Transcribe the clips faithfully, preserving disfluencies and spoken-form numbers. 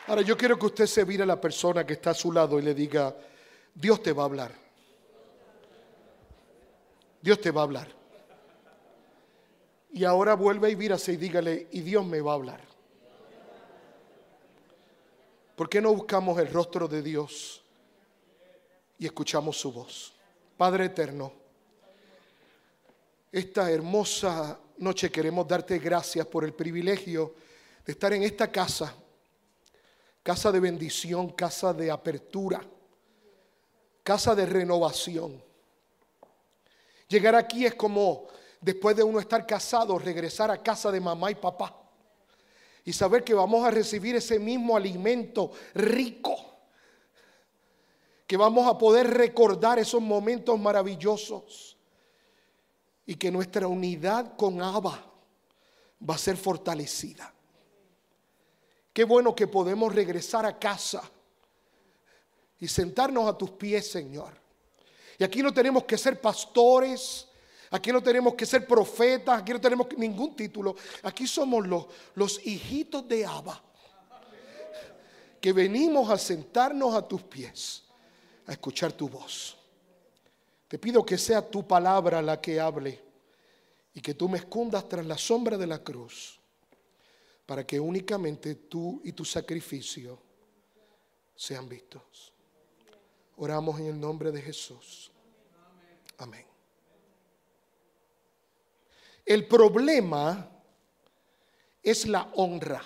Ahora yo quiero que usted se vire a la persona que está a su lado y le diga: Dios te va a hablar. Dios te va a hablar. Y ahora vuelve y vírase y dígale: y Dios me va a hablar. ¿Por qué no buscamos el rostro de Dios y escuchamos su voz? Padre eterno, esta hermosa noche queremos darte gracias por el privilegio de estar en esta casa, casa de bendición, casa de apertura, casa de renovación. Llegar aquí es como, después de uno estar casado, regresar a casa de mamá y papá y saber que vamos a recibir ese mismo alimento rico, que vamos a poder recordar esos momentos maravillosos y que nuestra unidad con Abba va a ser fortalecida. Qué bueno que podemos regresar a casa y sentarnos a tus pies, Señor. Y aquí no tenemos que ser pastores, aquí no tenemos que ser profetas, aquí no tenemos ningún título. Aquí somos los, los hijitos de Abba, que venimos a sentarnos a tus pies, a escuchar tu voz. Te pido que sea tu palabra la que hable y que tú me escondas tras la sombra de la cruz, para que únicamente tú y tu sacrificio sean vistos. Oramos en el nombre de Jesús. Amén. El problema es la honra.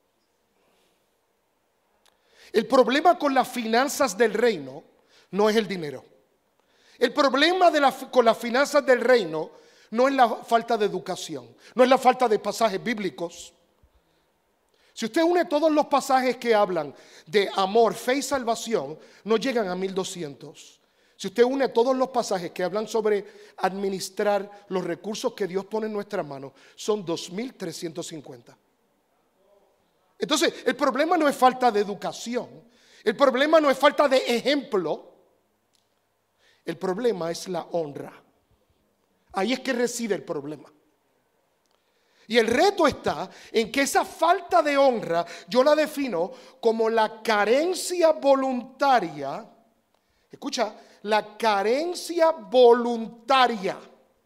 El problema con las finanzas del reino no es el dinero. El problema de la, con las finanzas del reino no es la falta de educación, no es la falta de pasajes bíblicos. Si usted une todos los pasajes que hablan de amor, fe y salvación, no llegan a mil doscientos. Si usted une todos los pasajes que hablan sobre administrar los recursos que Dios pone en nuestras manos, son dos mil trescientos cincuenta. Entonces, el problema no es falta de educación, el problema no es falta de ejemplo, el problema es la honra. Ahí es que reside el problema. Y el reto está en que esa falta de honra yo la defino como la carencia voluntaria. Escucha, la carencia voluntaria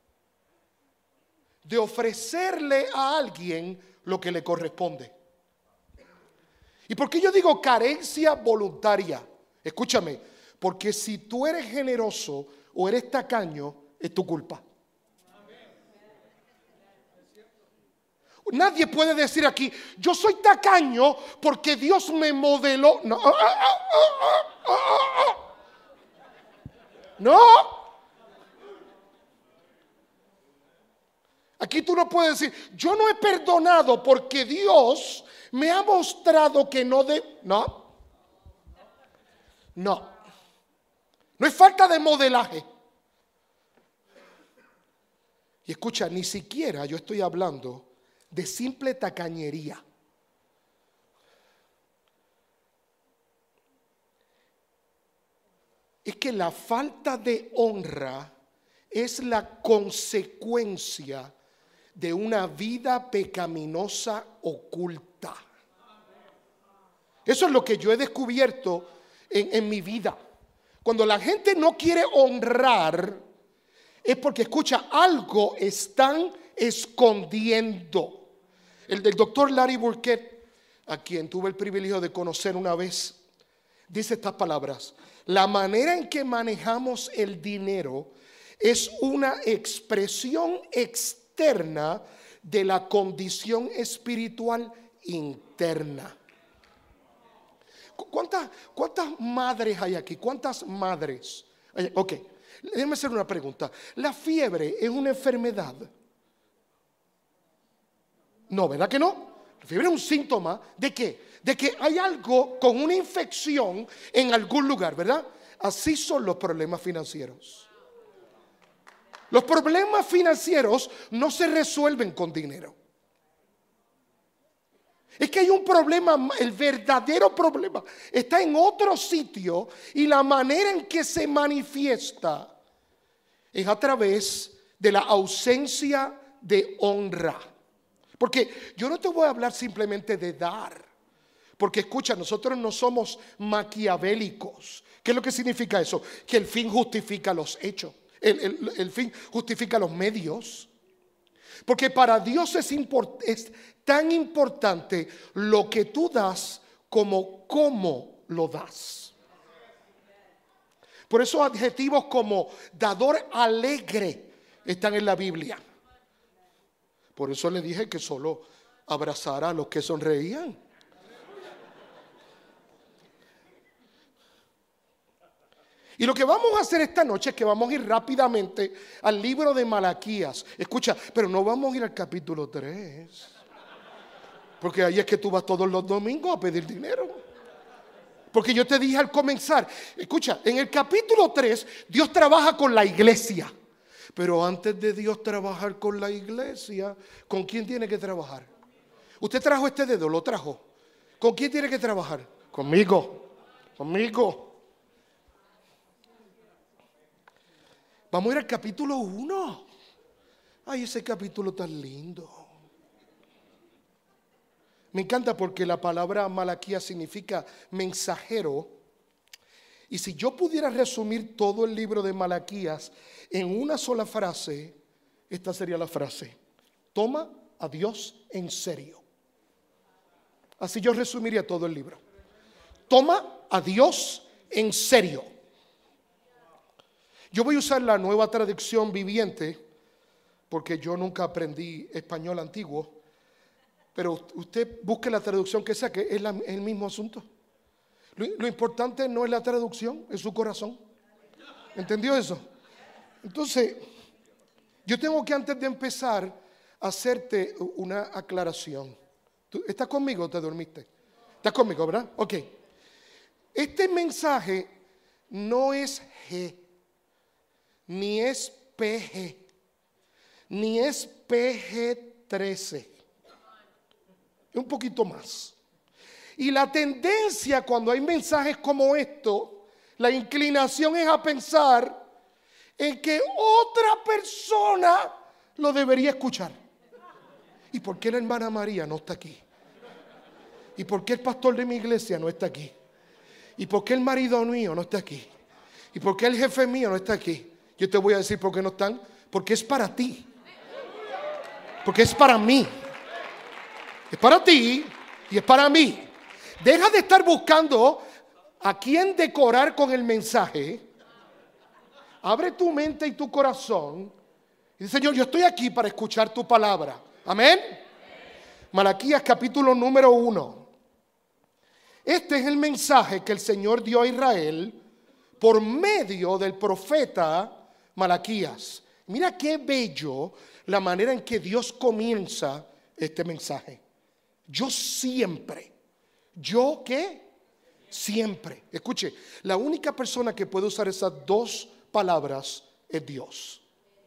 de ofrecerle a alguien lo que le corresponde. ¿Y por qué yo digo carencia voluntaria? Escúchame, porque si tú eres generoso o eres tacaño, es tu culpa. Nadie puede decir aquí: yo soy tacaño porque Dios me modeló. No. No. Aquí tú no puedes decir: yo no he perdonado porque Dios me ha mostrado que no de... No. No. No es falta de modelaje. Y escucha, ni siquiera yo estoy hablando de simple tacañería. Es que la falta de honra es la consecuencia de una vida pecaminosa oculta. Eso es lo que yo he descubierto en, en mi vida. Cuando la gente no quiere honrar, es porque, escucha, algo están escondiendo. El del doctor Larry Burkett, a quien tuve el privilegio de conocer una vez, dice estas palabras: la manera en que manejamos el dinero es una expresión externa de la condición espiritual interna. ¿Cuántas, cuántas madres hay aquí? ¿Cuántas madres? Ok, déjame hacer una pregunta. ¿La fiebre es una enfermedad? No, ¿verdad que no? La fiebre es un síntoma ¿de qué? De que hay algo con una infección en algún lugar, ¿verdad? Así son los problemas financieros. Los problemas financieros no se resuelven con dinero. Es que hay un problema, el verdadero problema está en otro sitio, y la manera en que se manifiesta es a través de la ausencia de honra. Porque yo no te voy a hablar simplemente de dar, Porque escucha, nosotros no somos maquiavélicos. ¿Qué es lo que significa eso? Que el fin justifica los hechos. El, el, el fin justifica los medios. Porque para Dios es, import, es tan importante lo que tú das como cómo lo das. Por eso adjetivos como dador alegre están en la Biblia. Por eso le dije que solo abrazara a los que sonreían. Y lo que vamos a hacer esta noche es que vamos a ir rápidamente al libro de Malaquías. Escucha, pero no vamos a ir al capítulo tres. Porque ahí es que tú vas todos los domingos a pedir dinero. Porque yo te dije al comenzar, escucha, en el capítulo tres Dios trabaja con la iglesia. Pero antes de Dios trabajar con la iglesia, ¿con quién tiene que trabajar? Usted trajo este dedo, lo trajo. ¿Con quién tiene que trabajar? Conmigo, conmigo. Vamos a ir al capítulo uno. Ay, ese capítulo tan lindo. Me encanta porque la palabra Malaquías significa mensajero. Y si yo pudiera resumir todo el libro de Malaquías en una sola frase, esta sería la frase: toma a Dios en serio. Así yo resumiría todo el libro. Toma a Dios en serio. Yo voy a usar la nueva traducción viviente porque yo nunca aprendí español antiguo. Pero usted busque la traducción que sea, que es la, el mismo asunto. Lo, lo importante no es la traducción, es su corazón. ¿Entendió eso? Entonces, yo tengo que antes de empezar hacerte una aclaración. ¿Tú estás conmigo o te dormiste? ¿Estás conmigo, verdad? Ok. Este mensaje no es G, ni es P G, ni es P G trece. Un poquito más. Y la tendencia cuando hay mensajes como esto, la inclinación es a pensar en que otra persona lo debería escuchar. ¿Y por qué la hermana María no está aquí? ¿Y por qué el pastor de mi iglesia no está aquí? ¿Y por qué el marido mío no está aquí? ¿Y por qué el jefe mío no está aquí? Yo te voy a decir por qué no están. Porque es para ti. Porque es para mí. Es para ti y es para mí. Deja de estar buscando a quién decorar con el mensaje. Abre tu mente y tu corazón y dice: Señor, yo estoy aquí para escuchar tu palabra. Amén. Malaquías capítulo número uno. Este es el mensaje que el Señor dio a Israel por medio del profeta Malaquías. Mira qué bello la manera en que Dios comienza este mensaje. Yo siempre, yo qué, siempre. Escuche, la única persona que puede usar esas dos palabras es Dios.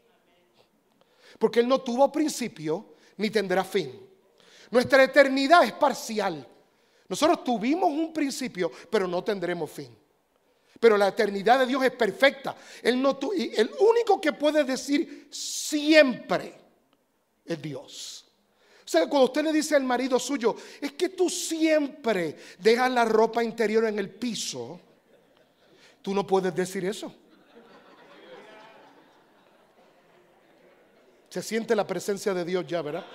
Porque Él no tuvo principio ni tendrá fin. Nuestra eternidad es parcial. Nosotros tuvimos un principio, pero no tendremos fin. Pero la eternidad de Dios es perfecta. Él no tu, y el único que puede decir siempre es Dios. O sea, cuando usted le dice al marido suyo: es que tú siempre dejas la ropa interior en el piso, tú no puedes decir eso. Se siente la presencia de Dios ya, ¿verdad?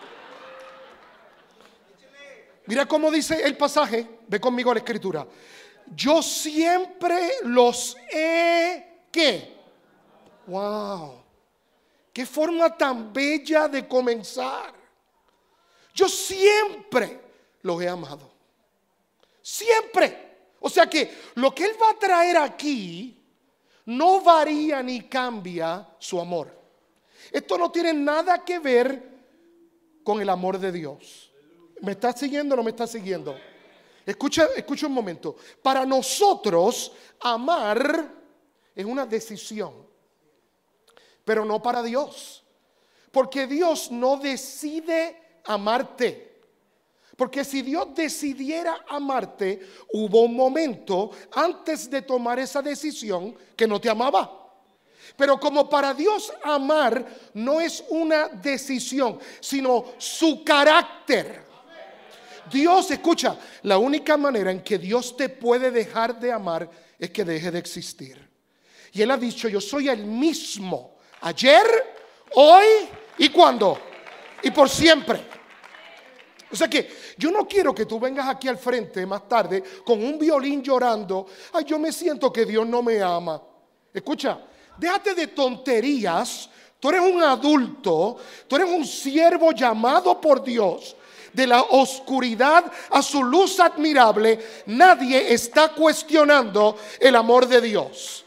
Mira cómo dice el pasaje. Ve conmigo a la escritura. Yo siempre los he, ¿qué? Wow. Qué forma tan bella de comenzar. Yo siempre los he amado. Siempre. O sea que lo que Él va a traer aquí no varía ni cambia su amor. Esto no tiene nada que ver con el amor de Dios. ¿Me está siguiendo o no me está siguiendo? Escucha, escucha un momento. Para nosotros, amar es una decisión, pero no para Dios. Porque Dios no decide amarte. Porque si Dios decidiera amarte, hubo un momento antes de tomar esa decisión que no te amaba. Pero como para Dios amar no es una decisión, sino su carácter. Dios, escucha, la única manera en que Dios te puede dejar de amar es que deje de existir. Y Él ha dicho, yo soy el mismo, ayer, hoy y cuándo, y por siempre. O sea que yo no quiero que tú vengas aquí al frente más tarde con un violín llorando. Ay, yo me siento que Dios no me ama. Escucha, déjate de tonterías. Tú eres un adulto, tú eres un siervo llamado por Dios. De la oscuridad a su luz admirable, nadie está cuestionando el amor de Dios.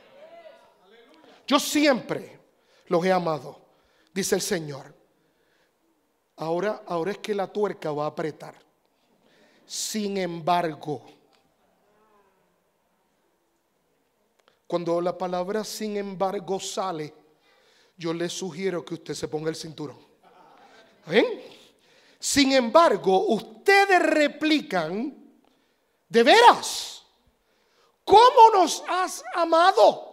Yo siempre los he amado, dice el Señor. Ahora, ahora es que la tuerca va a apretar. Sin embargo, cuando la palabra sin embargo sale, yo le sugiero que usted se ponga el cinturón. ¿Ven? Sin embargo, ustedes replican, ¿de veras? ¿Cómo nos has amado?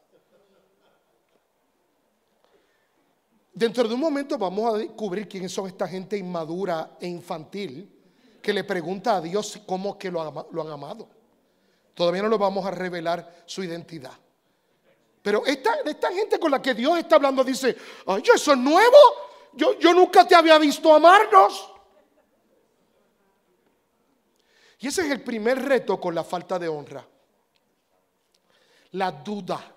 Dentro de un momento vamos a descubrir quiénes son esta gente inmadura e infantil que le pregunta a Dios cómo es que lo, ama, lo han amado. Todavía no le vamos a revelar su identidad. Pero esta, esta gente con la que Dios está hablando dice, ay, eso es nuevo. Yo, yo nunca te había visto amarnos. Y ese es el primer reto con la falta de honra. La duda.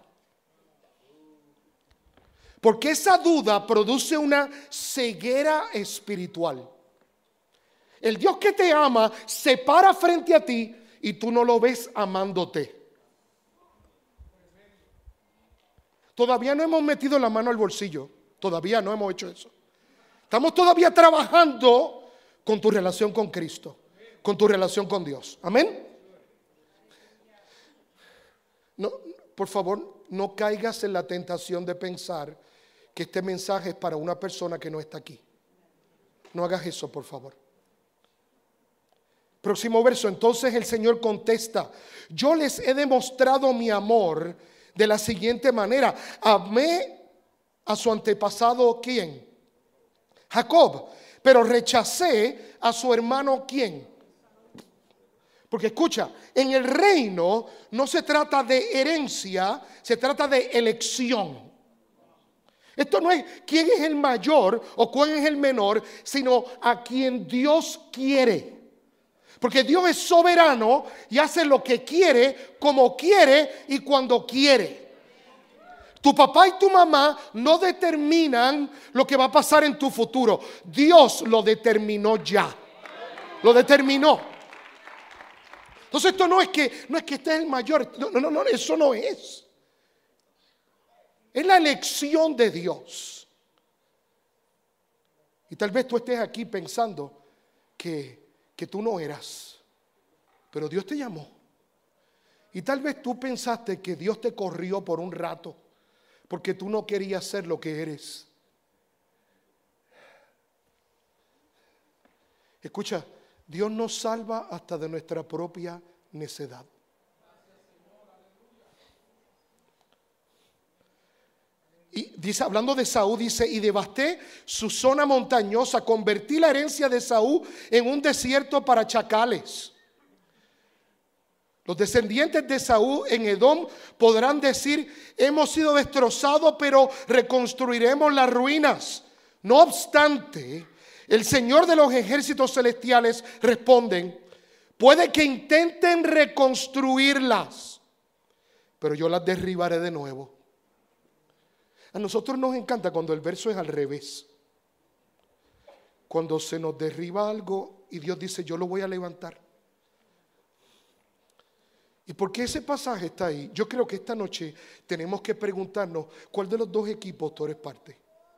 Porque esa duda produce una ceguera espiritual. El Dios que te ama se para frente a ti y tú no lo ves amándote. Todavía no hemos metido la mano al bolsillo. Todavía no hemos hecho eso. Estamos todavía trabajando con tu relación con Cristo, con tu relación con Dios. Amén. No, por favor, no caigas en la tentación de pensar que este mensaje es para una persona que no está aquí. No hagas eso, por favor. Próximo verso. Entonces el Señor contesta: yo les he demostrado mi amor de la siguiente manera. Amé a su antepasado, ¿quién? Jacob. Pero rechacé a su hermano, ¿quién? Porque escucha, en el reino no se trata de herencia, se trata de elección. Esto no es quién es el mayor o cuál es el menor, sino a quien Dios quiere. Porque Dios es soberano y hace lo que quiere, como quiere y cuando quiere. Tu papá y tu mamá no determinan lo que va a pasar en tu futuro. Dios lo determinó ya. Lo determinó. Entonces esto no es que no es que este es el mayor. No, no, no, eso no es. Es la elección de Dios. Y tal vez tú estés aquí pensando que, que tú no eras, pero Dios te llamó. Y tal vez tú pensaste que Dios te corrió por un rato porque tú no querías ser lo que eres. Escucha, Dios nos salva hasta de nuestra propia necedad. Y dice, hablando de Saúl, dice, y devasté su zona montañosa, convertí la herencia de Saúl en un desierto para chacales. Los descendientes de Saúl en Edom podrán decir, hemos sido destrozados, pero reconstruiremos las ruinas. No obstante, el Señor de los ejércitos celestiales responden, puede que intenten reconstruirlas, pero yo las derribaré de nuevo. A nosotros nos encanta cuando el verso es al revés. Cuando se nos derriba algo y Dios dice, yo lo voy a levantar. ¿Y por qué ese pasaje está ahí? Yo creo que esta noche tenemos que preguntarnos, ¿cuál de los dos equipos tú eres parte?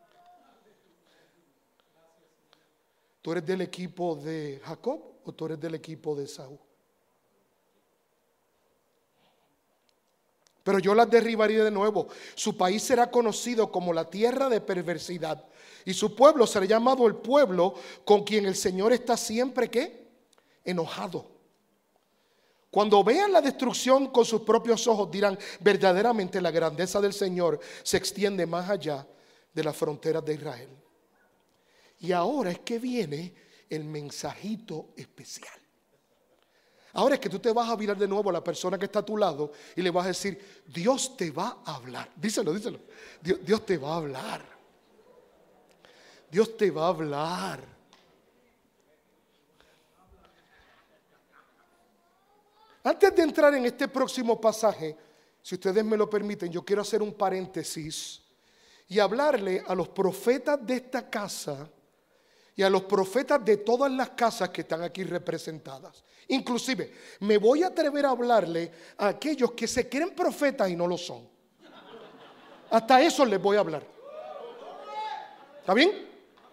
¿Tú eres del equipo de Jacob o tú eres del equipo de Saúl? Pero yo las derribaría de nuevo. Su país será conocido como la tierra de perversidad. Y su pueblo será llamado el pueblo con quien el Señor está siempre, ¿qué? Enojado. Cuando vean la destrucción con sus propios ojos dirán, verdaderamente la grandeza del Señor se extiende más allá de las fronteras de Israel. Y ahora es que viene el mensajito especial. Ahora es que tú te vas a mirar de nuevo a la persona que está a tu lado y le vas a decir, Dios te va a hablar. Díselo, díselo. Dios, Dios te va a hablar. Dios te va a hablar. Antes de entrar en este próximo pasaje, si ustedes me lo permiten, yo quiero hacer un paréntesis y hablarle a los profetas de esta casa y a los profetas de todas las casas que están aquí representadas. Inclusive, me voy a atrever a hablarle a aquellos que se creen profetas y no lo son. Hasta eso les voy a hablar. ¿Está bien?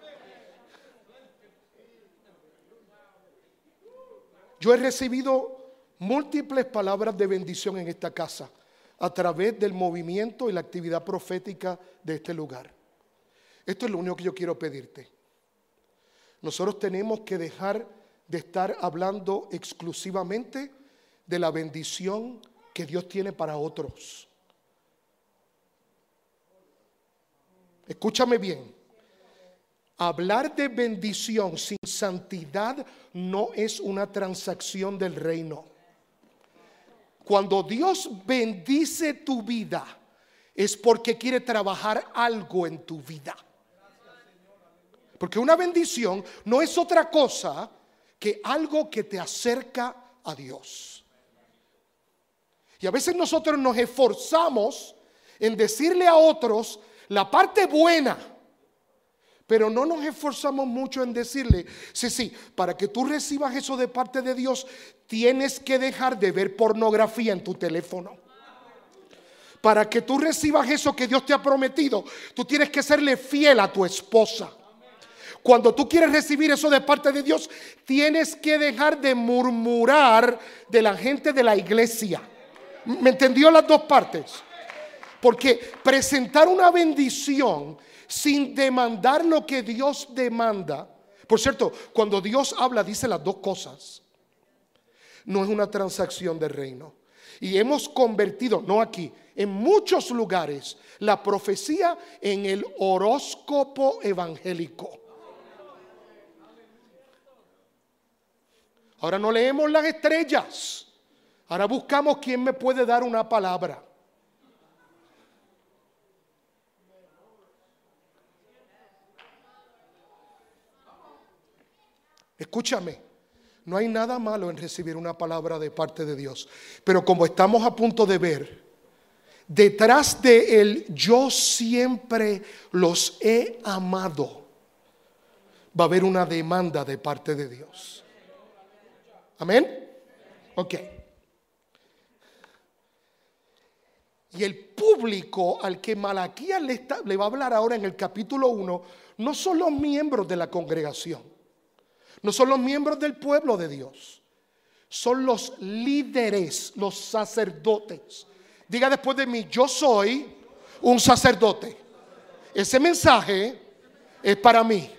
Yo he recibido múltiples palabras de bendición en esta casa a través del movimiento y la actividad profética de este lugar. Esto es lo único que yo quiero pedirte. Nosotros tenemos que dejar de estar hablando exclusivamente de la bendición que Dios tiene para otros. Escúchame bien. Hablar de bendición sin santidad no es una transacción del reino. Cuando Dios bendice tu vida, es porque quiere trabajar algo en tu vida. Porque una bendición no es otra cosa que algo que te acerca a Dios. Y a veces nosotros nos esforzamos en decirle a otros la parte buena, pero no nos esforzamos mucho en decirle, sí, sí, para que tú recibas eso de parte de Dios, tienes que dejar de ver pornografía en tu teléfono. Para que tú recibas eso que Dios te ha prometido, tú tienes que serle fiel a tu esposa. Cuando tú quieres recibir eso de parte de Dios, tienes que dejar de murmurar de la gente de la iglesia. ¿Me entendió las dos partes? Porque presentar una bendición sin demandar lo que Dios demanda. Por cierto, cuando Dios habla, dice las dos cosas. No es una transacción de reino. Y hemos convertido, no aquí, en muchos lugares, la profecía en el horóscopo evangélico. Ahora no leemos las estrellas. Ahora buscamos quién me puede dar una palabra. Escúchame, no hay nada malo en recibir una palabra de parte de Dios. Pero como estamos a punto de ver, detrás de él yo siempre los he amado, va a haber una demanda de parte de Dios. Amén. Ok. Y el público al que Malaquías le, está, le va a hablar ahora en el capítulo uno, no son los miembros de la congregación, no son los miembros del pueblo de Dios, son los líderes, los sacerdotes. Diga después de mí, yo soy un sacerdote. Ese mensaje es para mí.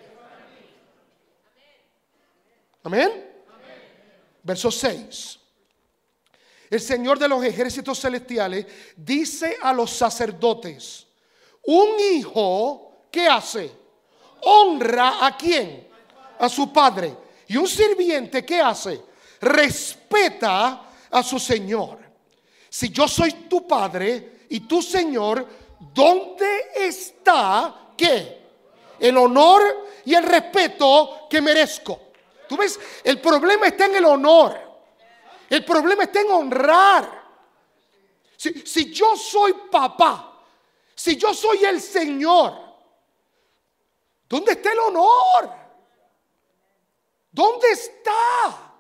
Amén. Verso seis. El Señor de los ejércitos celestiales dice a los sacerdotes: un hijo, ¿qué hace? Honra ¿a quién? A su padre. Y un sirviente, ¿qué hace? Respeta a su señor. Si yo soy tu padre y tu señor, ¿dónde está qué? El honor y el respeto que merezco. ¿Tú ves? El problema está en el honor. El problema está en honrar. Si, si yo soy papá, si yo soy el Señor, ¿dónde está el honor? ¿Dónde está?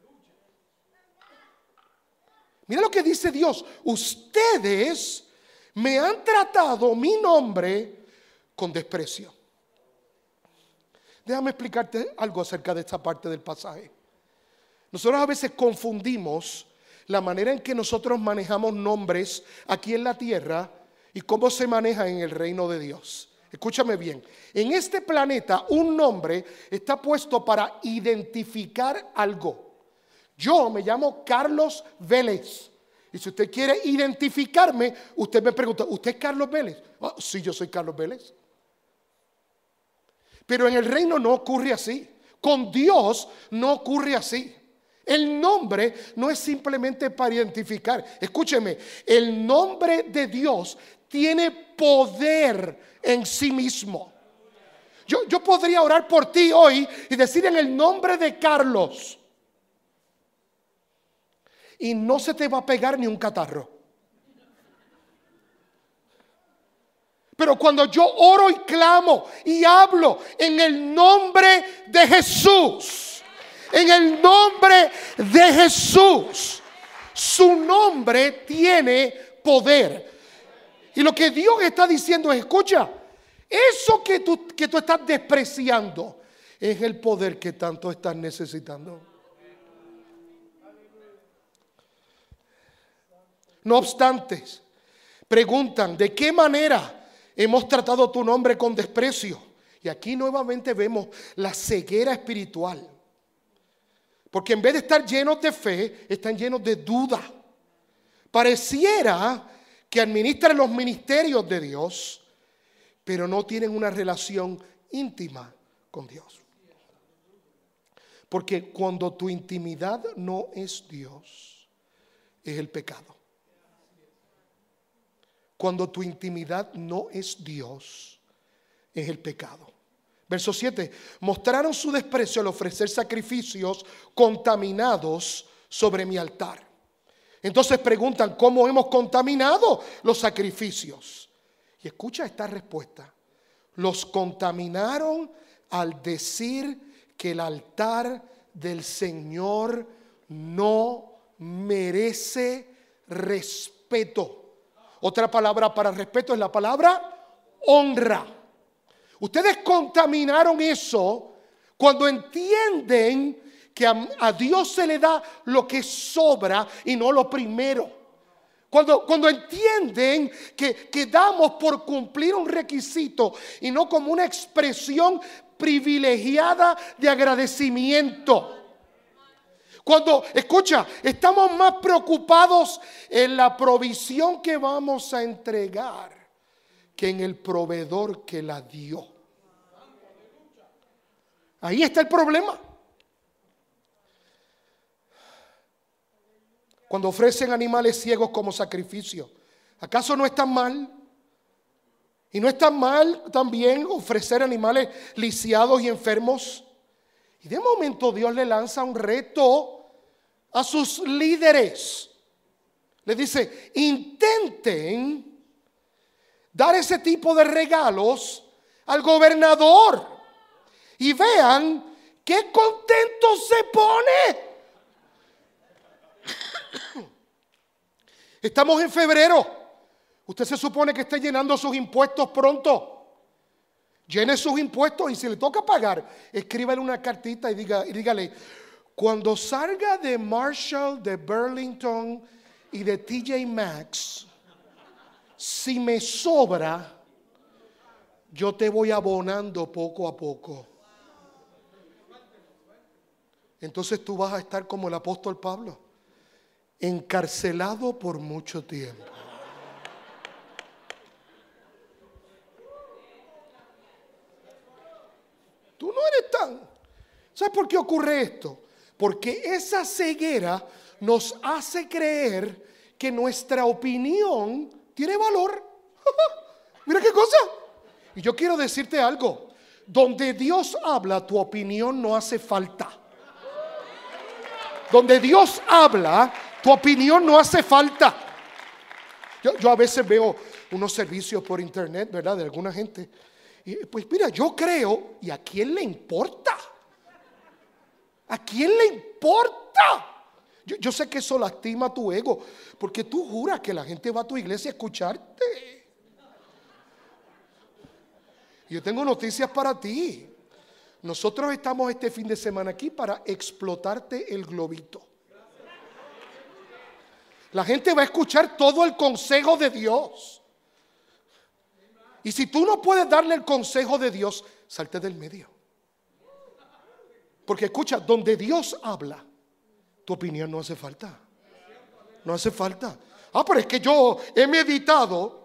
Mira lo que dice Dios. Ustedes me han tratado mi nombre con desprecio. Déjame explicarte algo acerca de esta parte del pasaje. Nosotros a veces confundimos la manera en que nosotros manejamos nombres aquí en la tierra y cómo se maneja en el reino de Dios. Escúchame bien. En este planeta un nombre está puesto para identificar algo. Yo me llamo Carlos Vélez. Y si usted quiere identificarme, usted me pregunta, ¿usted es Carlos Vélez? Oh, sí, yo soy Carlos Vélez. Pero en el reino no ocurre así. Con Dios no ocurre así. El nombre no es simplemente para identificar. Escúcheme, el nombre de Dios tiene poder en sí mismo. Yo, yo podría orar por ti hoy y decir en el nombre de Carlos, y no se te va a pegar ni un catarro. Pero cuando yo oro y clamo y hablo en el nombre de Jesús, en el nombre de Jesús, su nombre tiene poder. Y lo que Dios está diciendo es, escucha, eso que tú, que tú estás despreciando es el poder que tanto estás necesitando. No obstante, preguntan, ¿de qué manera hemos tratado tu nombre con desprecio? Y aquí nuevamente vemos la ceguera espiritual. Porque en vez de estar llenos de fe, están llenos de duda. Pareciera que administran los ministerios de Dios, pero no tienen una relación íntima con Dios. Porque cuando tu intimidad no es Dios, es el pecado. Cuando tu intimidad no es Dios, es el pecado. Verso siete, mostraron su desprecio al ofrecer sacrificios contaminados sobre mi altar. Entonces preguntan, ¿cómo hemos contaminado los sacrificios? Y escucha esta respuesta. Los contaminaron al decir que el altar del Señor no merece respeto. Otra palabra para respeto es la palabra honra. Ustedes contaminaron eso cuando entienden que a, a Dios se le da lo que sobra y no lo primero. Cuando, cuando entienden que, que damos por cumplir un requisito y no como una expresión privilegiada de agradecimiento. Cuando, escucha, estamos más preocupados en la provisión que vamos a entregar que en el proveedor que la dio. Ahí está el problema. Cuando ofrecen animales ciegos como sacrificio, ¿acaso no está mal? Y no está mal también ofrecer animales lisiados y enfermos. Y de momento Dios le lanza un reto a sus líderes. Le dice, intenten dar ese tipo de regalos al gobernador y vean qué contento se pone. Estamos en febrero. Usted se supone que esté llenando sus impuestos pronto. Llene sus impuestos y si le toca pagar, escríbale una cartita y, diga, y dígale, cuando salga de Marshall, de Burlington y de T J Maxx, si me sobra, yo te voy abonando poco a poco. Entonces tú vas a estar como el apóstol Pablo, encarcelado por mucho tiempo. Tú no eres tan. ¿Sabes por qué ocurre esto? Porque esa ceguera nos hace creer que nuestra opinión tiene valor. Mira qué cosa. Y yo quiero decirte algo. Donde Dios habla, tu opinión no hace falta. Donde Dios habla, tu opinión no hace falta. Yo, yo a veces veo unos servicios por internet, ¿verdad? De alguna gente. Y pues mira, yo creo, ¿y a quién le importa? ¿A quién le importa? Yo, yo sé que eso lastima tu ego, porque tú juras que la gente va a tu iglesia a escucharte. Yo tengo noticias para ti. Nosotros estamos este fin de semana aquí para explotarte el globito. La gente va a escuchar todo el consejo de Dios. Y si tú no puedes darle el consejo de Dios, salte del medio. Porque escucha, donde Dios habla, tu opinión no hace falta. No hace falta. Ah, pero es que yo he meditado.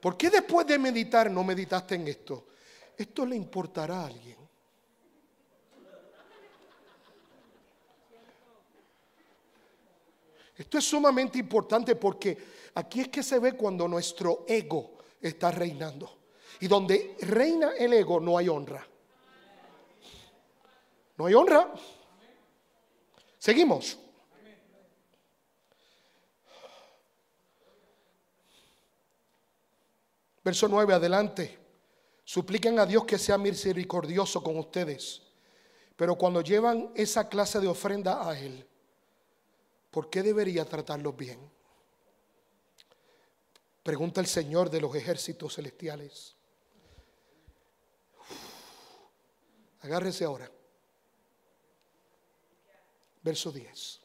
¿Por qué después de meditar no meditaste en esto? Esto le importará a alguien. Esto es sumamente importante porque aquí es que se ve cuando nuestro ego está reinando. Y donde reina el ego no hay honra. No hay honra. Seguimos. Verso nueve, adelante. Supliquen a Dios que sea misericordioso con ustedes. Pero cuando llevan esa clase de ofrenda a Él, ¿por qué debería tratarlos bien? Pregunta el Señor de los ejércitos celestiales. Agárrese ahora. Verso diez.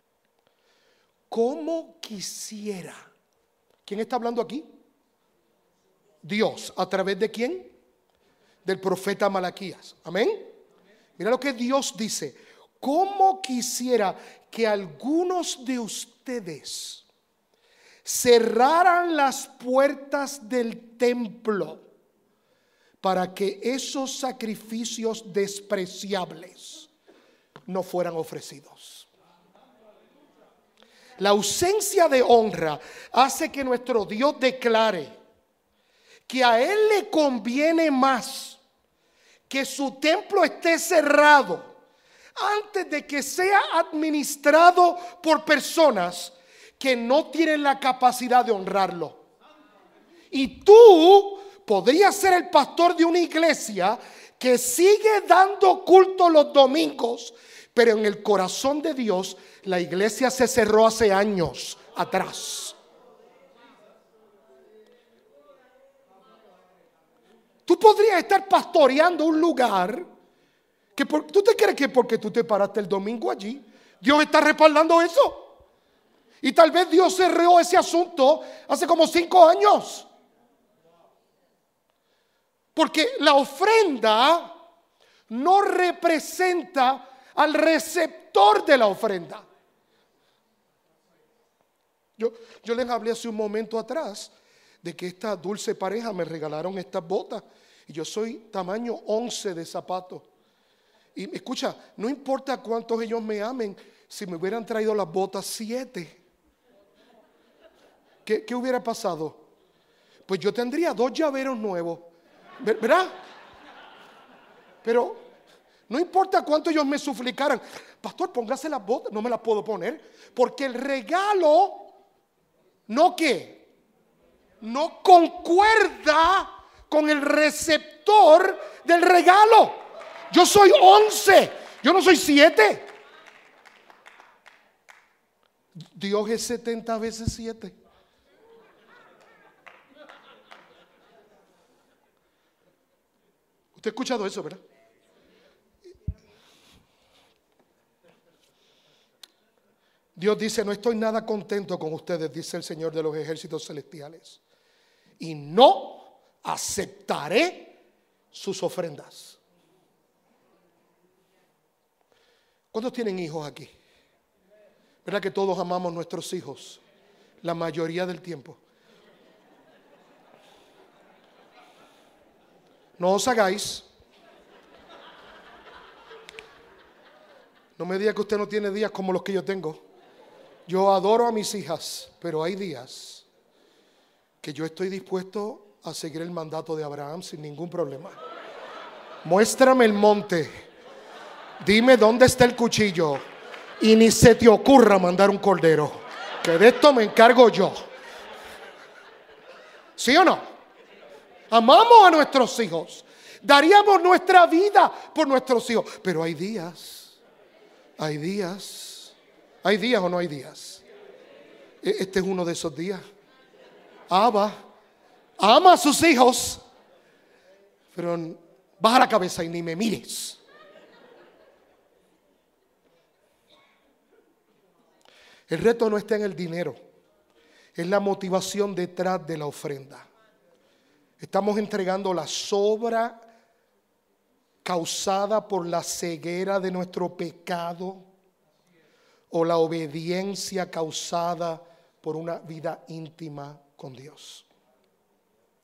¿Cómo quisiera? ¿Quién está hablando aquí? Dios. ¿A través de quién? Del profeta Malaquías. Amén. Mira lo que Dios dice. ¿Cómo quisiera que algunos de ustedes cerraran las puertas del templo para que esos sacrificios despreciables no fueran ofrecidos? La ausencia de honra hace que nuestro Dios declare que a Él le conviene más que su templo esté cerrado antes de que sea administrado por personas que no tienen la capacidad de honrarlo. Y tú podrías ser el pastor de una iglesia que sigue dando culto los domingos, pero en el corazón de Dios la iglesia se cerró hace años atrás. Tú podrías estar pastoreando un lugar que por, tú te crees que porque tú te paraste el domingo allí, Dios está respaldando eso. Y tal vez Dios cerró ese asunto hace como cinco años. Porque la ofrenda no representa al receptor de la ofrenda. Yo, yo les hablé hace un momento atrás de que esta dulce pareja me regalaron estas botas. Y yo soy tamaño once de zapato. Y escucha, no importa cuántos ellos me amen, si me hubieran traído las botas siete, ¿qué, qué hubiera pasado? Pues yo tendría dos llaveros nuevos, ¿verdad? Pero no importa cuánto ellos me suplicaran, pastor, póngase las botas, no me las puedo poner, porque el regalo, ¿no qué? No concuerda con el receptor del regalo. Yo soy once, yo no soy siete. Dios es setenta veces siete. Usted ha escuchado eso, ¿verdad? Dios dice, no estoy nada contento con ustedes, dice el Señor de los ejércitos celestiales, y no aceptaré sus ofrendas. ¿Cuántos tienen hijos aquí? ¿Verdad que todos amamos nuestros hijos? La mayoría del tiempo. No os hagáis. No me diga que usted no tiene días como los que yo tengo. Yo adoro a mis hijas, pero hay días que yo estoy dispuesto a seguir el mandato de Abraham sin ningún problema. Muéstrame el monte. Dime dónde está el cuchillo y ni se te ocurra mandar un cordero, que de esto me encargo yo. ¿Sí o no? Amamos a nuestros hijos, daríamos nuestra vida por nuestros hijos, pero hay días, hay días, hay días o no hay días. Este es uno de esos días. Abba ama a sus hijos, pero baja la cabeza y ni me mires. El reto no está en el dinero, es la motivación detrás de la ofrenda. Estamos entregando la sobra causada por la ceguera de nuestro pecado o la obediencia causada por una vida íntima con Dios.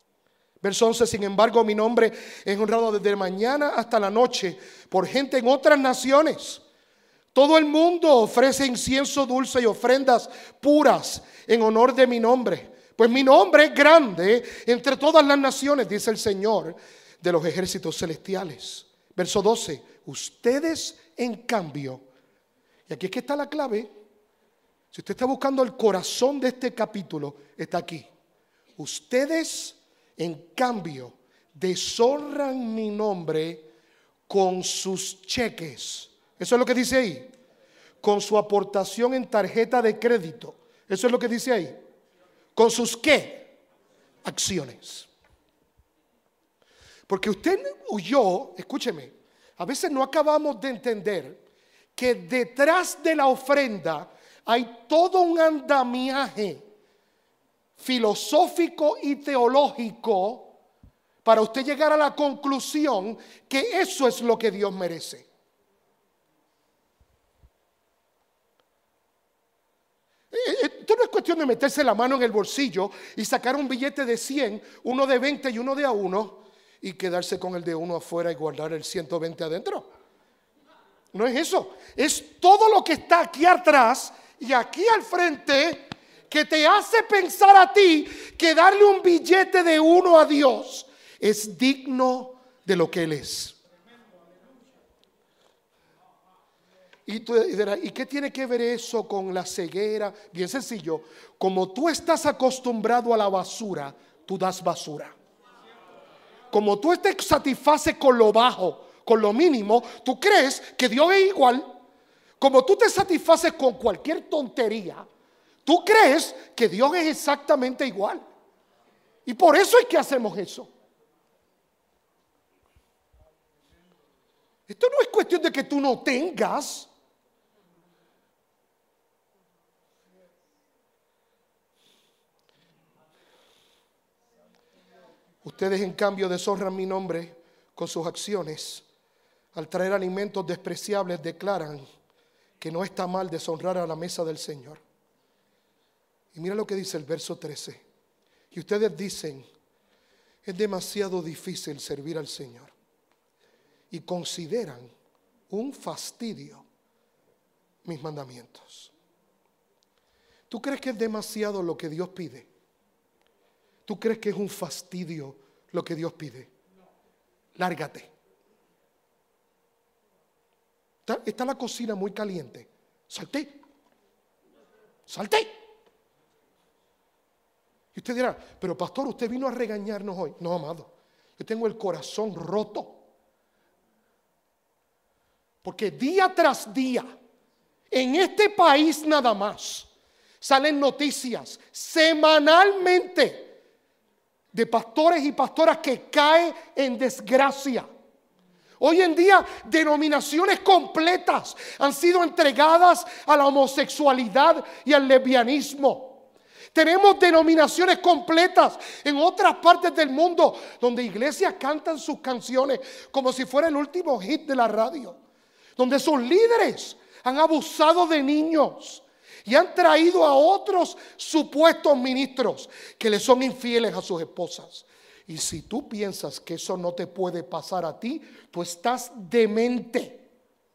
Verso once, sin embargo, mi nombre es honrado desde mañana hasta la noche por gente en otras naciones. Todo el mundo ofrece incienso dulce y ofrendas puras en honor de mi nombre. Pues mi nombre es grande entre todas las naciones, dice el Señor de los ejércitos celestiales. Verso doce, ustedes en cambio, y aquí es que está la clave. Si usted está buscando el corazón de este capítulo, está aquí. Ustedes en cambio deshonran mi nombre con sus cheques. Eso es lo que dice ahí. Con su aportación en tarjeta de crédito. Eso es lo que dice ahí. ¿Con sus qué? Acciones. Porque usted o yo, escúcheme, a veces no acabamos de entender que detrás de la ofrenda hay todo un andamiaje filosófico y teológico para usted llegar a la conclusión que eso es lo que Dios merece. Esto no es cuestión de meterse la mano en el bolsillo y sacar un billete de cien, uno de veinte y uno de a uno, y quedarse con el de uno afuera y guardar el ciento veinte adentro. No es eso. Es todo lo que está aquí atrás y aquí al frente que te hace pensar a ti que darle un billete de uno a Dios es digno de lo que Él es. Y tú dirás, ¿y qué tiene que ver eso con la ceguera? Bien sencillo, como tú estás acostumbrado a la basura, tú das basura. Como tú te satisfaces con lo bajo, con lo mínimo, tú crees que Dios es igual. Como tú te satisfaces con cualquier tontería, tú crees que Dios es exactamente igual. Y por eso es que hacemos eso. Esto no es cuestión de que tú no tengas. Ustedes en cambio deshonran mi nombre con sus acciones. Al traer alimentos despreciables declaran que no está mal deshonrar a la mesa del Señor. Y mira lo que dice el verso trece. Y ustedes dicen, es demasiado difícil servir al Señor. Y consideran un fastidio mis mandamientos. ¿Tú crees que es demasiado lo que Dios pide? ¿Tú crees que es un fastidio lo que Dios pide? Lárgate. Está, está la cocina muy caliente. Salte. Salte. Y usted dirá, pero pastor, usted vino a regañarnos hoy. No, amado. Yo tengo el corazón roto. Porque día tras día, en este país nada más, salen noticias semanalmente de pastores y pastoras que caen en desgracia. Hoy en día, denominaciones completas han sido entregadas a la homosexualidad y al lesbianismo. Tenemos denominaciones completas en otras partes del mundo donde iglesias cantan sus canciones como si fuera el último hit de la radio, donde sus líderes han abusado de niños y han traído a otros supuestos ministros que le son infieles a sus esposas. Y si tú piensas que eso no te puede pasar a ti, tú estás demente.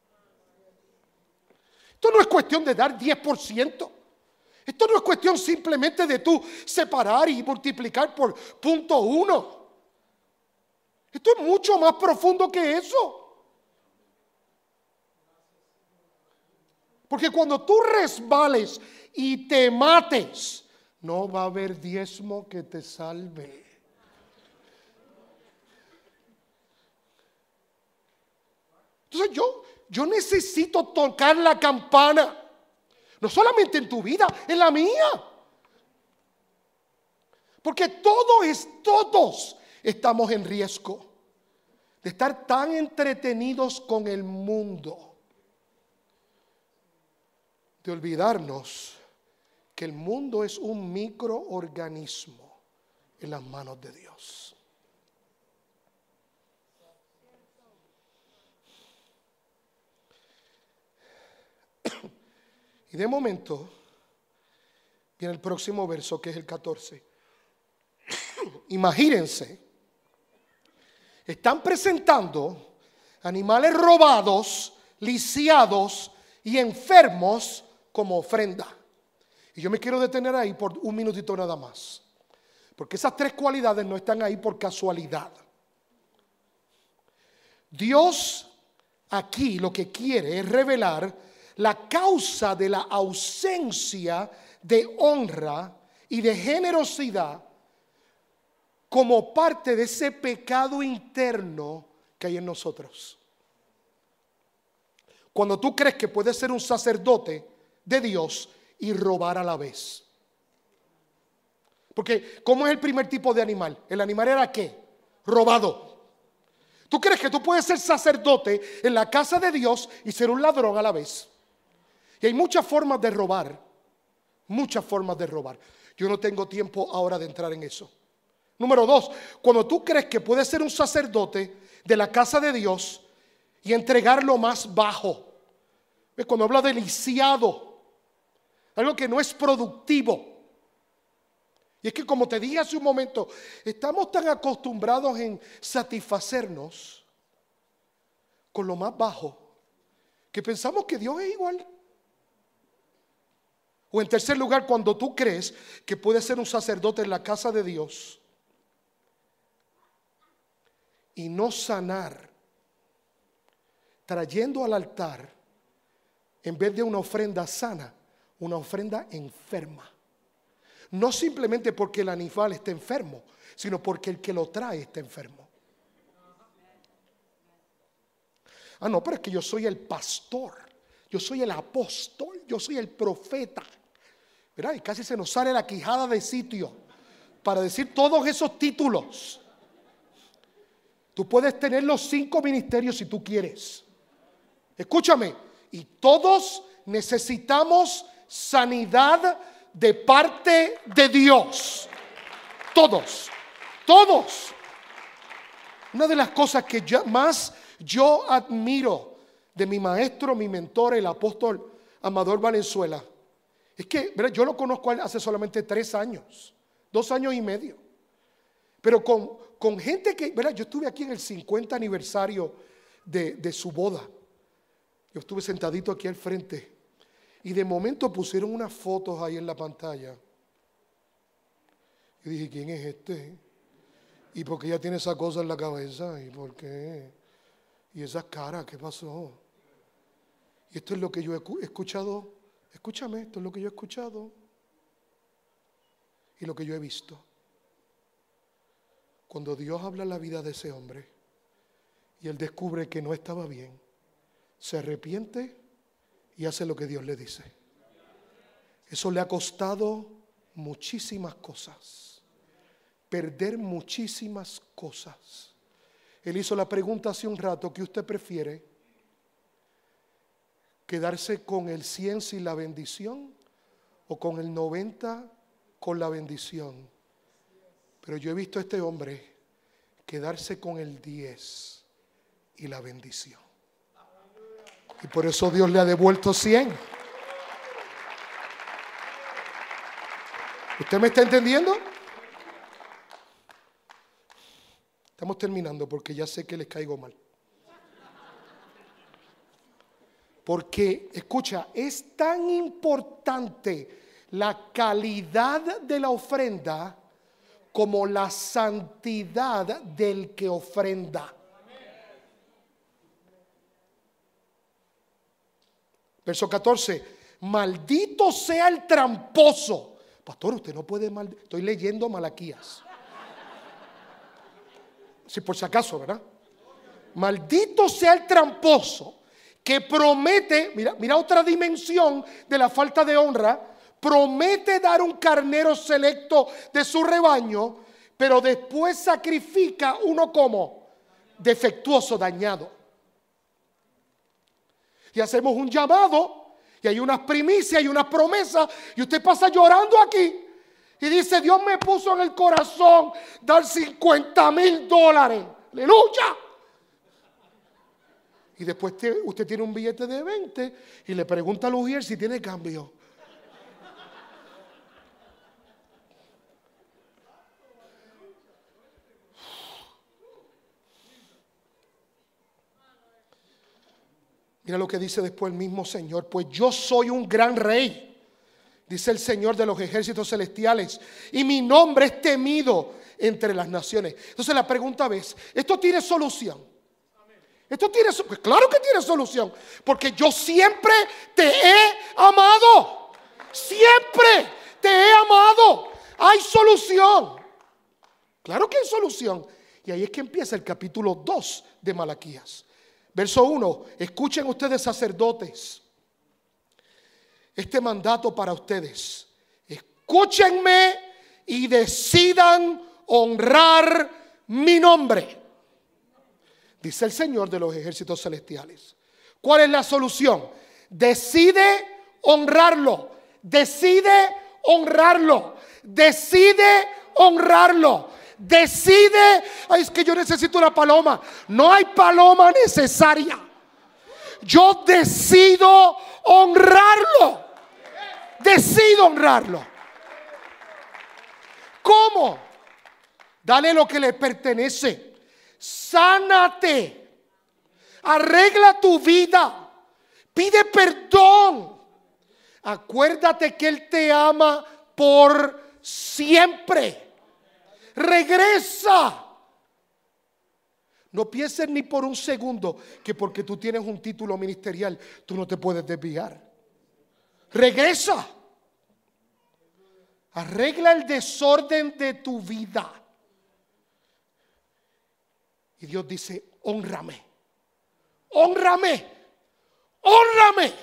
Esto no es cuestión de dar diez por ciento. Esto no es cuestión simplemente de tú separar y multiplicar por punto uno. Esto es mucho más profundo que eso. Porque cuando tú resbales y te mates, no va a haber diezmo que te salve. Entonces yo, yo necesito tocar la campana. No solamente en tu vida, en la mía. Porque todos, es, todos estamos en riesgo de estar tan entretenidos con el mundo, de olvidarnos que el mundo es un microorganismo en las manos de Dios. Y de momento viene el próximo verso, que es el catorce. Imagínense están presentando animales robados, lisiados y enfermos como ofrenda. Y yo me quiero detener ahí por un minutito nada más, porque esas tres cualidades no están ahí por casualidad. Dios aquí lo que quiere es revelar la causa de la ausencia de honra y de generosidad como parte de ese pecado interno que hay en nosotros. Cuando tú crees que puedes ser un sacerdote de Dios y robar a la vez. Porque ¿cómo es el primer tipo de animal? El animal era ¿qué? Robado. ¿Tú crees que tú puedes ser sacerdote en la casa de Dios y ser un ladrón a la vez? Y hay muchas formas de robar. Muchas formas de robar. Yo no tengo tiempo ahora de entrar en eso. Número dos, cuando tú crees que puedes ser un sacerdote de la casa de Dios y entregar lo más bajo. ¿Ves? Cuando habla de lisiado, algo que no es productivo. Y es que, como te dije hace un momento, estamos tan acostumbrados en satisfacernos con lo más bajo que pensamos que Dios es igual. O en tercer lugar, cuando tú crees que puedes ser un sacerdote en la casa de Dios y no sanar, trayendo al altar, en vez de una ofrenda sana, una ofrenda enferma. No simplemente porque el animal está enfermo, sino porque el que lo trae está enfermo. Ah, no, pero es que yo soy el pastor, yo soy el apóstol, yo soy el profeta. ¿Verdad? Y casi se nos sale la quijada de sitio para decir todos esos títulos. Tú puedes tener los cinco ministerios si tú quieres. Escúchame, y todos necesitamos sanidad de parte de Dios. Todos, todos. Una de las cosas que yo, más yo admiro de mi maestro, mi mentor, el apóstol Amador Valenzuela, es que, ¿verdad? Yo lo conozco a él hace solamente tres años, dos años y medio. Pero con, con gente que, ¿verdad? Yo estuve aquí en el cincuenta aniversario de, de su boda. Yo estuve sentadito aquí al frente. Y de momento pusieron unas fotos ahí en la pantalla. Y dije, ¿quién es este? ¿Y por qué ella tiene esa cosa en la cabeza? ¿Y por qué? ¿Y esa cara? ¿Qué pasó? Y esto es lo que yo he escuchado. Escúchame, esto es lo que yo he escuchado. Y lo que yo he visto. Cuando Dios habla la vida de ese hombre y él descubre que no estaba bien, se arrepiente y hace lo que Dios le dice. Eso le ha costado muchísimas cosas, perder muchísimas cosas. Él hizo la pregunta hace un rato: ¿qué usted prefiere? ¿Quedarse con el cien sin la bendición o con el noventa con la bendición? Pero yo he visto a este hombre quedarse con el diez y la bendición. Y por eso Dios le ha devuelto cien. ¿Usted me está entendiendo? Estamos terminando porque ya sé que les caigo mal. Porque, escucha, es tan importante la calidad de la ofrenda como la santidad del que ofrenda. Verso catorce, maldito sea el tramposo. Pastor, usted no puede mal. Estoy leyendo Malaquías. Si por si acaso, ¿verdad? Maldito sea el tramposo que promete, mira, mira otra dimensión de la falta de honra. Promete dar un carnero selecto de su rebaño, pero después sacrifica uno como defectuoso, dañado. Y hacemos un llamado y hay unas primicias y unas promesas y usted pasa llorando aquí y dice: Dios me puso en el corazón dar cincuenta mil dólares. ¡Aleluya! Y después te, usted tiene un billete de veinte y le pregunta al ujier si tiene cambio. Mira lo que dice después el mismo Señor. Pues yo soy un gran rey, dice el Señor de los ejércitos celestiales, y mi nombre es temido entre las naciones. Entonces la pregunta es, ¿esto tiene solución? Esto tiene, pues claro que tiene solución, porque yo siempre te he amado. Siempre te he amado. Hay solución. Claro que hay solución. Y ahí es que empieza el capítulo dos de Malaquías. Verso uno. Escuchen ustedes, sacerdotes, este mandato para ustedes. Escúchenme y decidan honrar mi nombre, dice el Señor de los ejércitos celestiales. ¿Cuál es la solución? Decide honrarlo. Decide honrarlo. Decide honrarlo. Decide. Ay, es que yo necesito una paloma. No hay paloma necesaria. Yo decido honrarlo. Decido honrarlo. ¿Cómo? Dale lo que le pertenece. Sánate. Arregla tu vida. Pide perdón. Acuérdate que Él te ama por siempre. Regresa. No pienses ni por un segundo que porque tú tienes un título ministerial tú no te puedes desviar. Regresa. Arregla el desorden de tu vida. Y Dios dice, hónrame. Hónrame. Hónrame.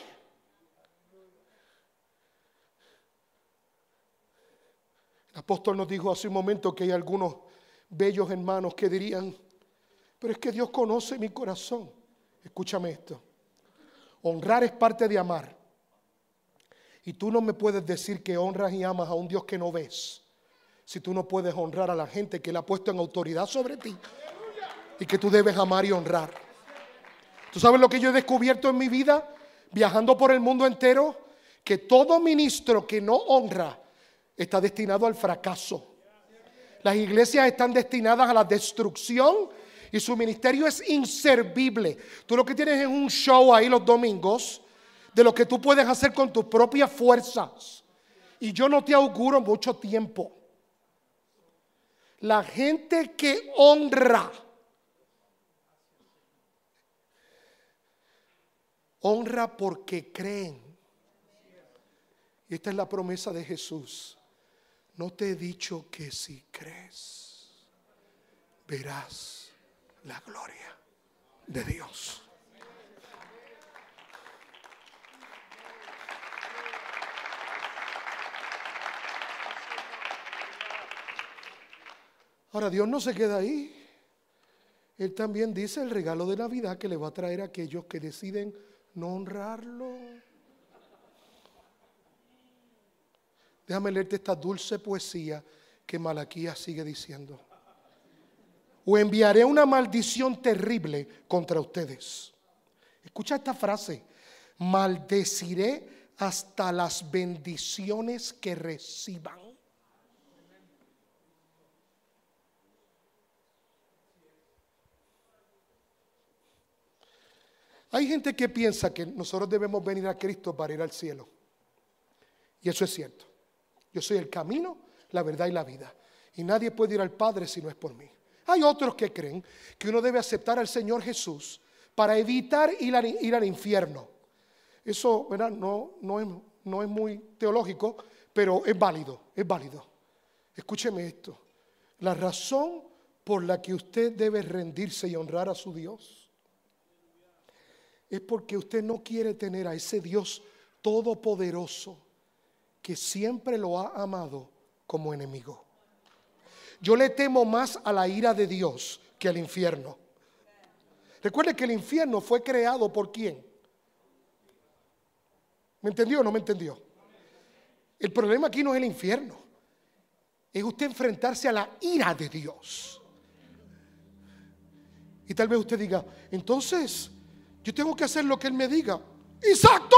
El apóstol nos dijo hace un momento que hay algunos bellos hermanos que dirían, pero es que Dios conoce mi corazón. Escúchame esto. Honrar es parte de amar. Y tú no me puedes decir que honras y amas a un Dios que no ves, si tú no puedes honrar a la gente que Él ha puesto en autoridad sobre ti y que tú debes amar y honrar. ¿Tú sabes lo que yo he descubierto en mi vida viajando por el mundo entero? Que todo ministro que no honra está destinado al fracaso. Las iglesias están destinadas a la destrucción y su ministerio es inservible. Tú lo que tienes es un show ahí los domingos de lo que tú puedes hacer con tus propias fuerzas. Y yo no te auguro mucho tiempo. La gente que honra, honra porque creen. Y esta es la promesa de Jesús. No te he dicho que si crees, verás la gloria de Dios. Ahora, Dios no se queda ahí. Él también dice el regalo de Navidad que le va a traer a aquellos que deciden no honrarlo. Déjame leerte esta dulce poesía que Malaquías sigue diciendo. O enviaré una maldición terrible contra ustedes. Escucha esta frase. Maldeciré hasta las bendiciones que reciban. Hay gente que piensa que nosotros debemos venir a Cristo para ir al cielo. Y eso es cierto. Yo soy el camino, la verdad y la vida. Y nadie puede ir al Padre si no es por mí. Hay otros que creen que uno debe aceptar al Señor Jesús para evitar ir, a, ir al infierno. Eso, ¿verdad? No, no, es, no es muy teológico, pero es válido, es válido. Escúcheme esto. La razón por la que usted debe rendirse y honrar a su Dios es porque usted no quiere tener a ese Dios todopoderoso que siempre lo ha amado como enemigo. Yo le temo más a la ira de Dios que al infierno. Recuerde que el infierno fue creado ¿por quién? ¿Me entendió o no me entendió? El problema aquí no es el infierno. Es usted enfrentarse a la ira de Dios. Y tal vez usted diga, entonces yo tengo que hacer lo que Él me diga. Exacto.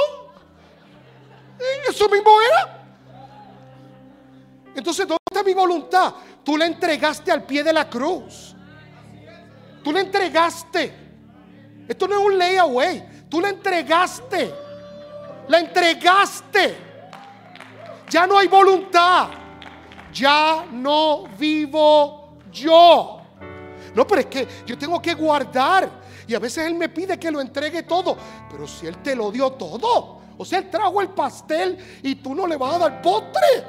Eso mismo era. Entonces, ¿dónde está mi voluntad? Tú la entregaste al pie de la cruz. Tú la entregaste. Esto no es un layaway. Tú la entregaste. La entregaste. Ya no hay voluntad. Ya no vivo yo. No, pero es que yo tengo que guardar. Y a veces Él me pide que lo entregue todo. Pero si Él te lo dio todo, o sea, Él trajo el pastel y tú no le vas a dar postre.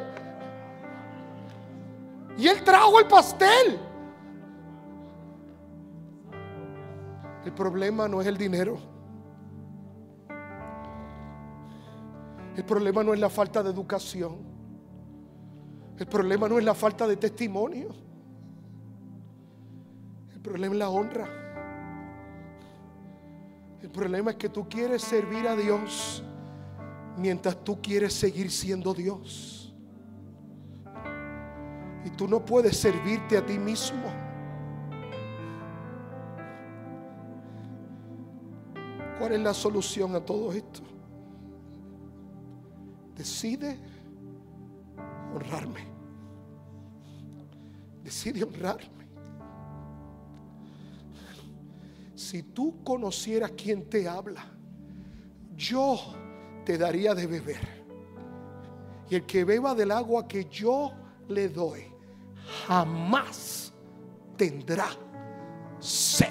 Y Él trajo el pastel. El problema no es el dinero. El problema no es la falta de educación. El problema no es la falta de testimonio. El problema es la honra. El problema es que tú quieres servir a Dios mientras tú quieres seguir siendo Dios. Y tú no puedes servirte a ti mismo. ¿Cuál es la solución a todo esto? Decide honrarme. Decide honrarme. Si tú conocieras quién te habla, yo te daría de beber. Y el que beba del agua que yo le doy, jamás tendrá sed.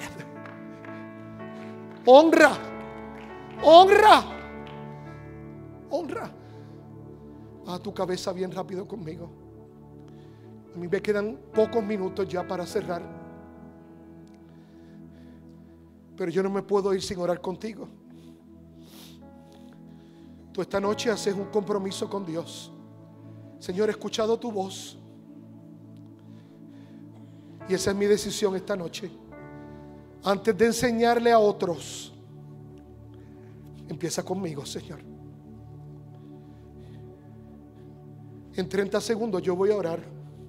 Honra, honra, honra. A tu cabeza bien rápido conmigo. A mí me quedan pocos minutos ya para cerrar, pero yo no me puedo ir sin orar contigo. Tú esta noche haces un compromiso con Dios. Señor, he escuchado tu voz y esa es mi decisión esta noche. Antes de enseñarle a otros, empieza conmigo, Señor. En treinta segundos yo voy a orar.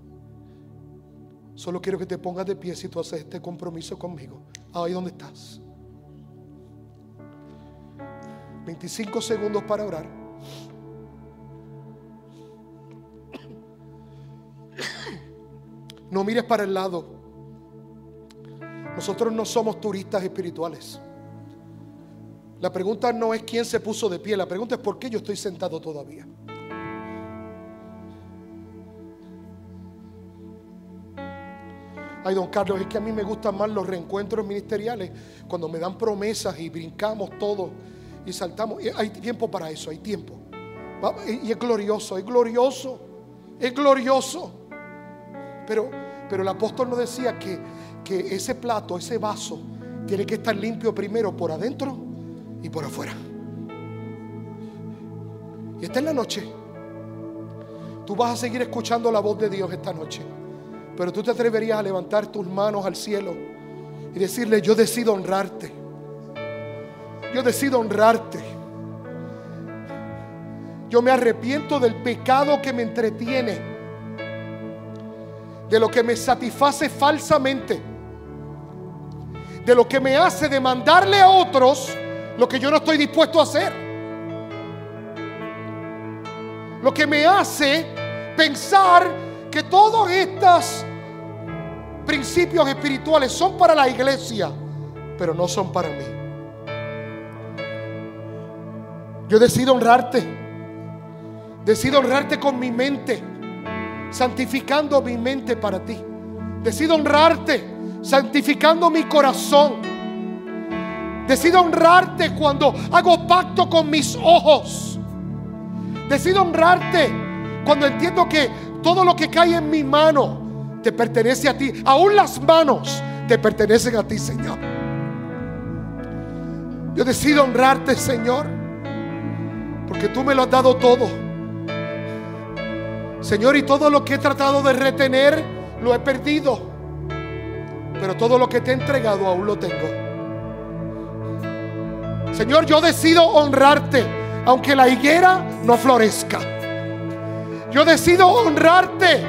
Solo quiero que te pongas de pie si tú haces este compromiso conmigo. Ahí donde estás. veinticinco segundos para orar. No mires para el lado. Nosotros no somos turistas espirituales. La pregunta no es quién se puso de pie. La pregunta es por qué yo estoy sentado todavía. Ay, don Carlos, es que a mí me gustan más los reencuentros ministeriales, cuando me dan promesas y brincamos todo y saltamos. Hay tiempo para eso, hay tiempo. Y es glorioso, es glorioso, es glorioso. Pero, pero el apóstol nos decía que, que ese plato, ese vaso, tiene que estar limpio primero por adentro y por afuera. Y esta es la noche. Tú vas a seguir escuchando la voz de Dios esta noche. Pero tú te atreverías a levantar tus manos al cielo y decirle: yo decido honrarte. Yo decido honrarte. Yo me arrepiento del pecado que me entretiene, de lo que me satisface falsamente, de lo que me hace demandarle a otros lo que yo no estoy dispuesto a hacer, lo que me hace pensar que todos estos principios espirituales son para la iglesia, pero no son para mí. Yo decido honrarte. Decido honrarte con mi mente, santificando mi mente para ti. Decido honrarte, santificando mi corazón. Decido honrarte cuando hago pacto con mis ojos. Decido honrarte cuando entiendo que todo lo que cae en mi mano te pertenece a ti. Aún las manos te pertenecen a ti, Señor. Yo decido honrarte, Señor, porque tú me lo has dado todo, Señor. Y todo lo que he tratado de retener lo he perdido, pero todo lo que te he entregado aún lo tengo. Señor, yo decido honrarte aunque la higuera no florezca. Yo decido honrarte.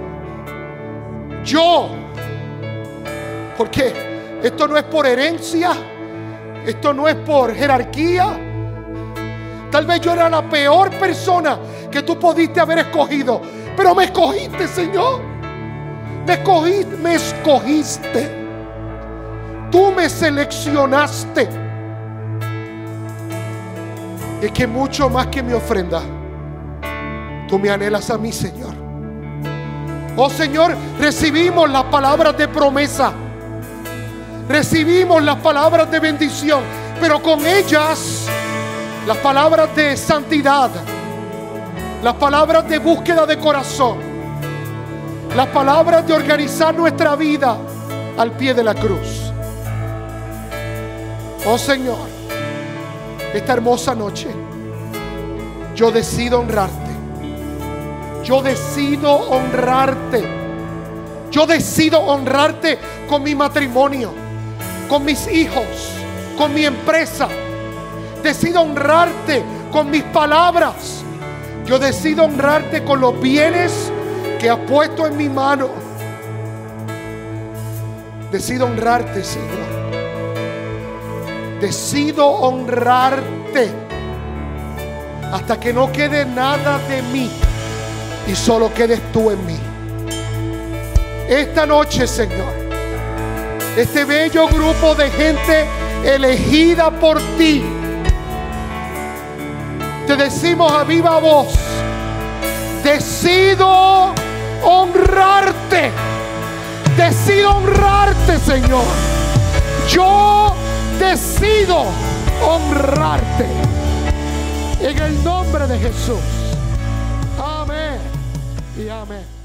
Yo, porque esto no es por herencia, esto no es por jerarquía. Tal vez yo era la peor persona que tú pudiste haber escogido, pero me escogiste, Señor. Me escogiste, me escogiste. Tú me seleccionaste. Es que mucho más que mi ofrenda, tú me anhelas a mí, Señor. Oh Señor, recibimos las palabras de promesa, recibimos las palabras de bendición, pero con ellas las palabras de santidad, las palabras de búsqueda de corazón, las palabras de organizar nuestra vida al pie de la cruz. Oh Señor, esta hermosa noche yo decido honrarte. Yo decido honrarte. Yo decido honrarte con mi matrimonio, con mis hijos, con mi empresa. Decido honrarte con mis palabras. Yo decido honrarte con los bienes que has puesto en mi mano. Decido honrarte, Señor. Decido honrarte hasta que no quede nada de mí y solo quedes tú en mí. Esta noche, Señor, este bello grupo de gente elegida por ti, te decimos a viva voz: decido honrarte. Decido honrarte, Señor. Yo decido honrarte en el nombre de Jesús. Amén y amén.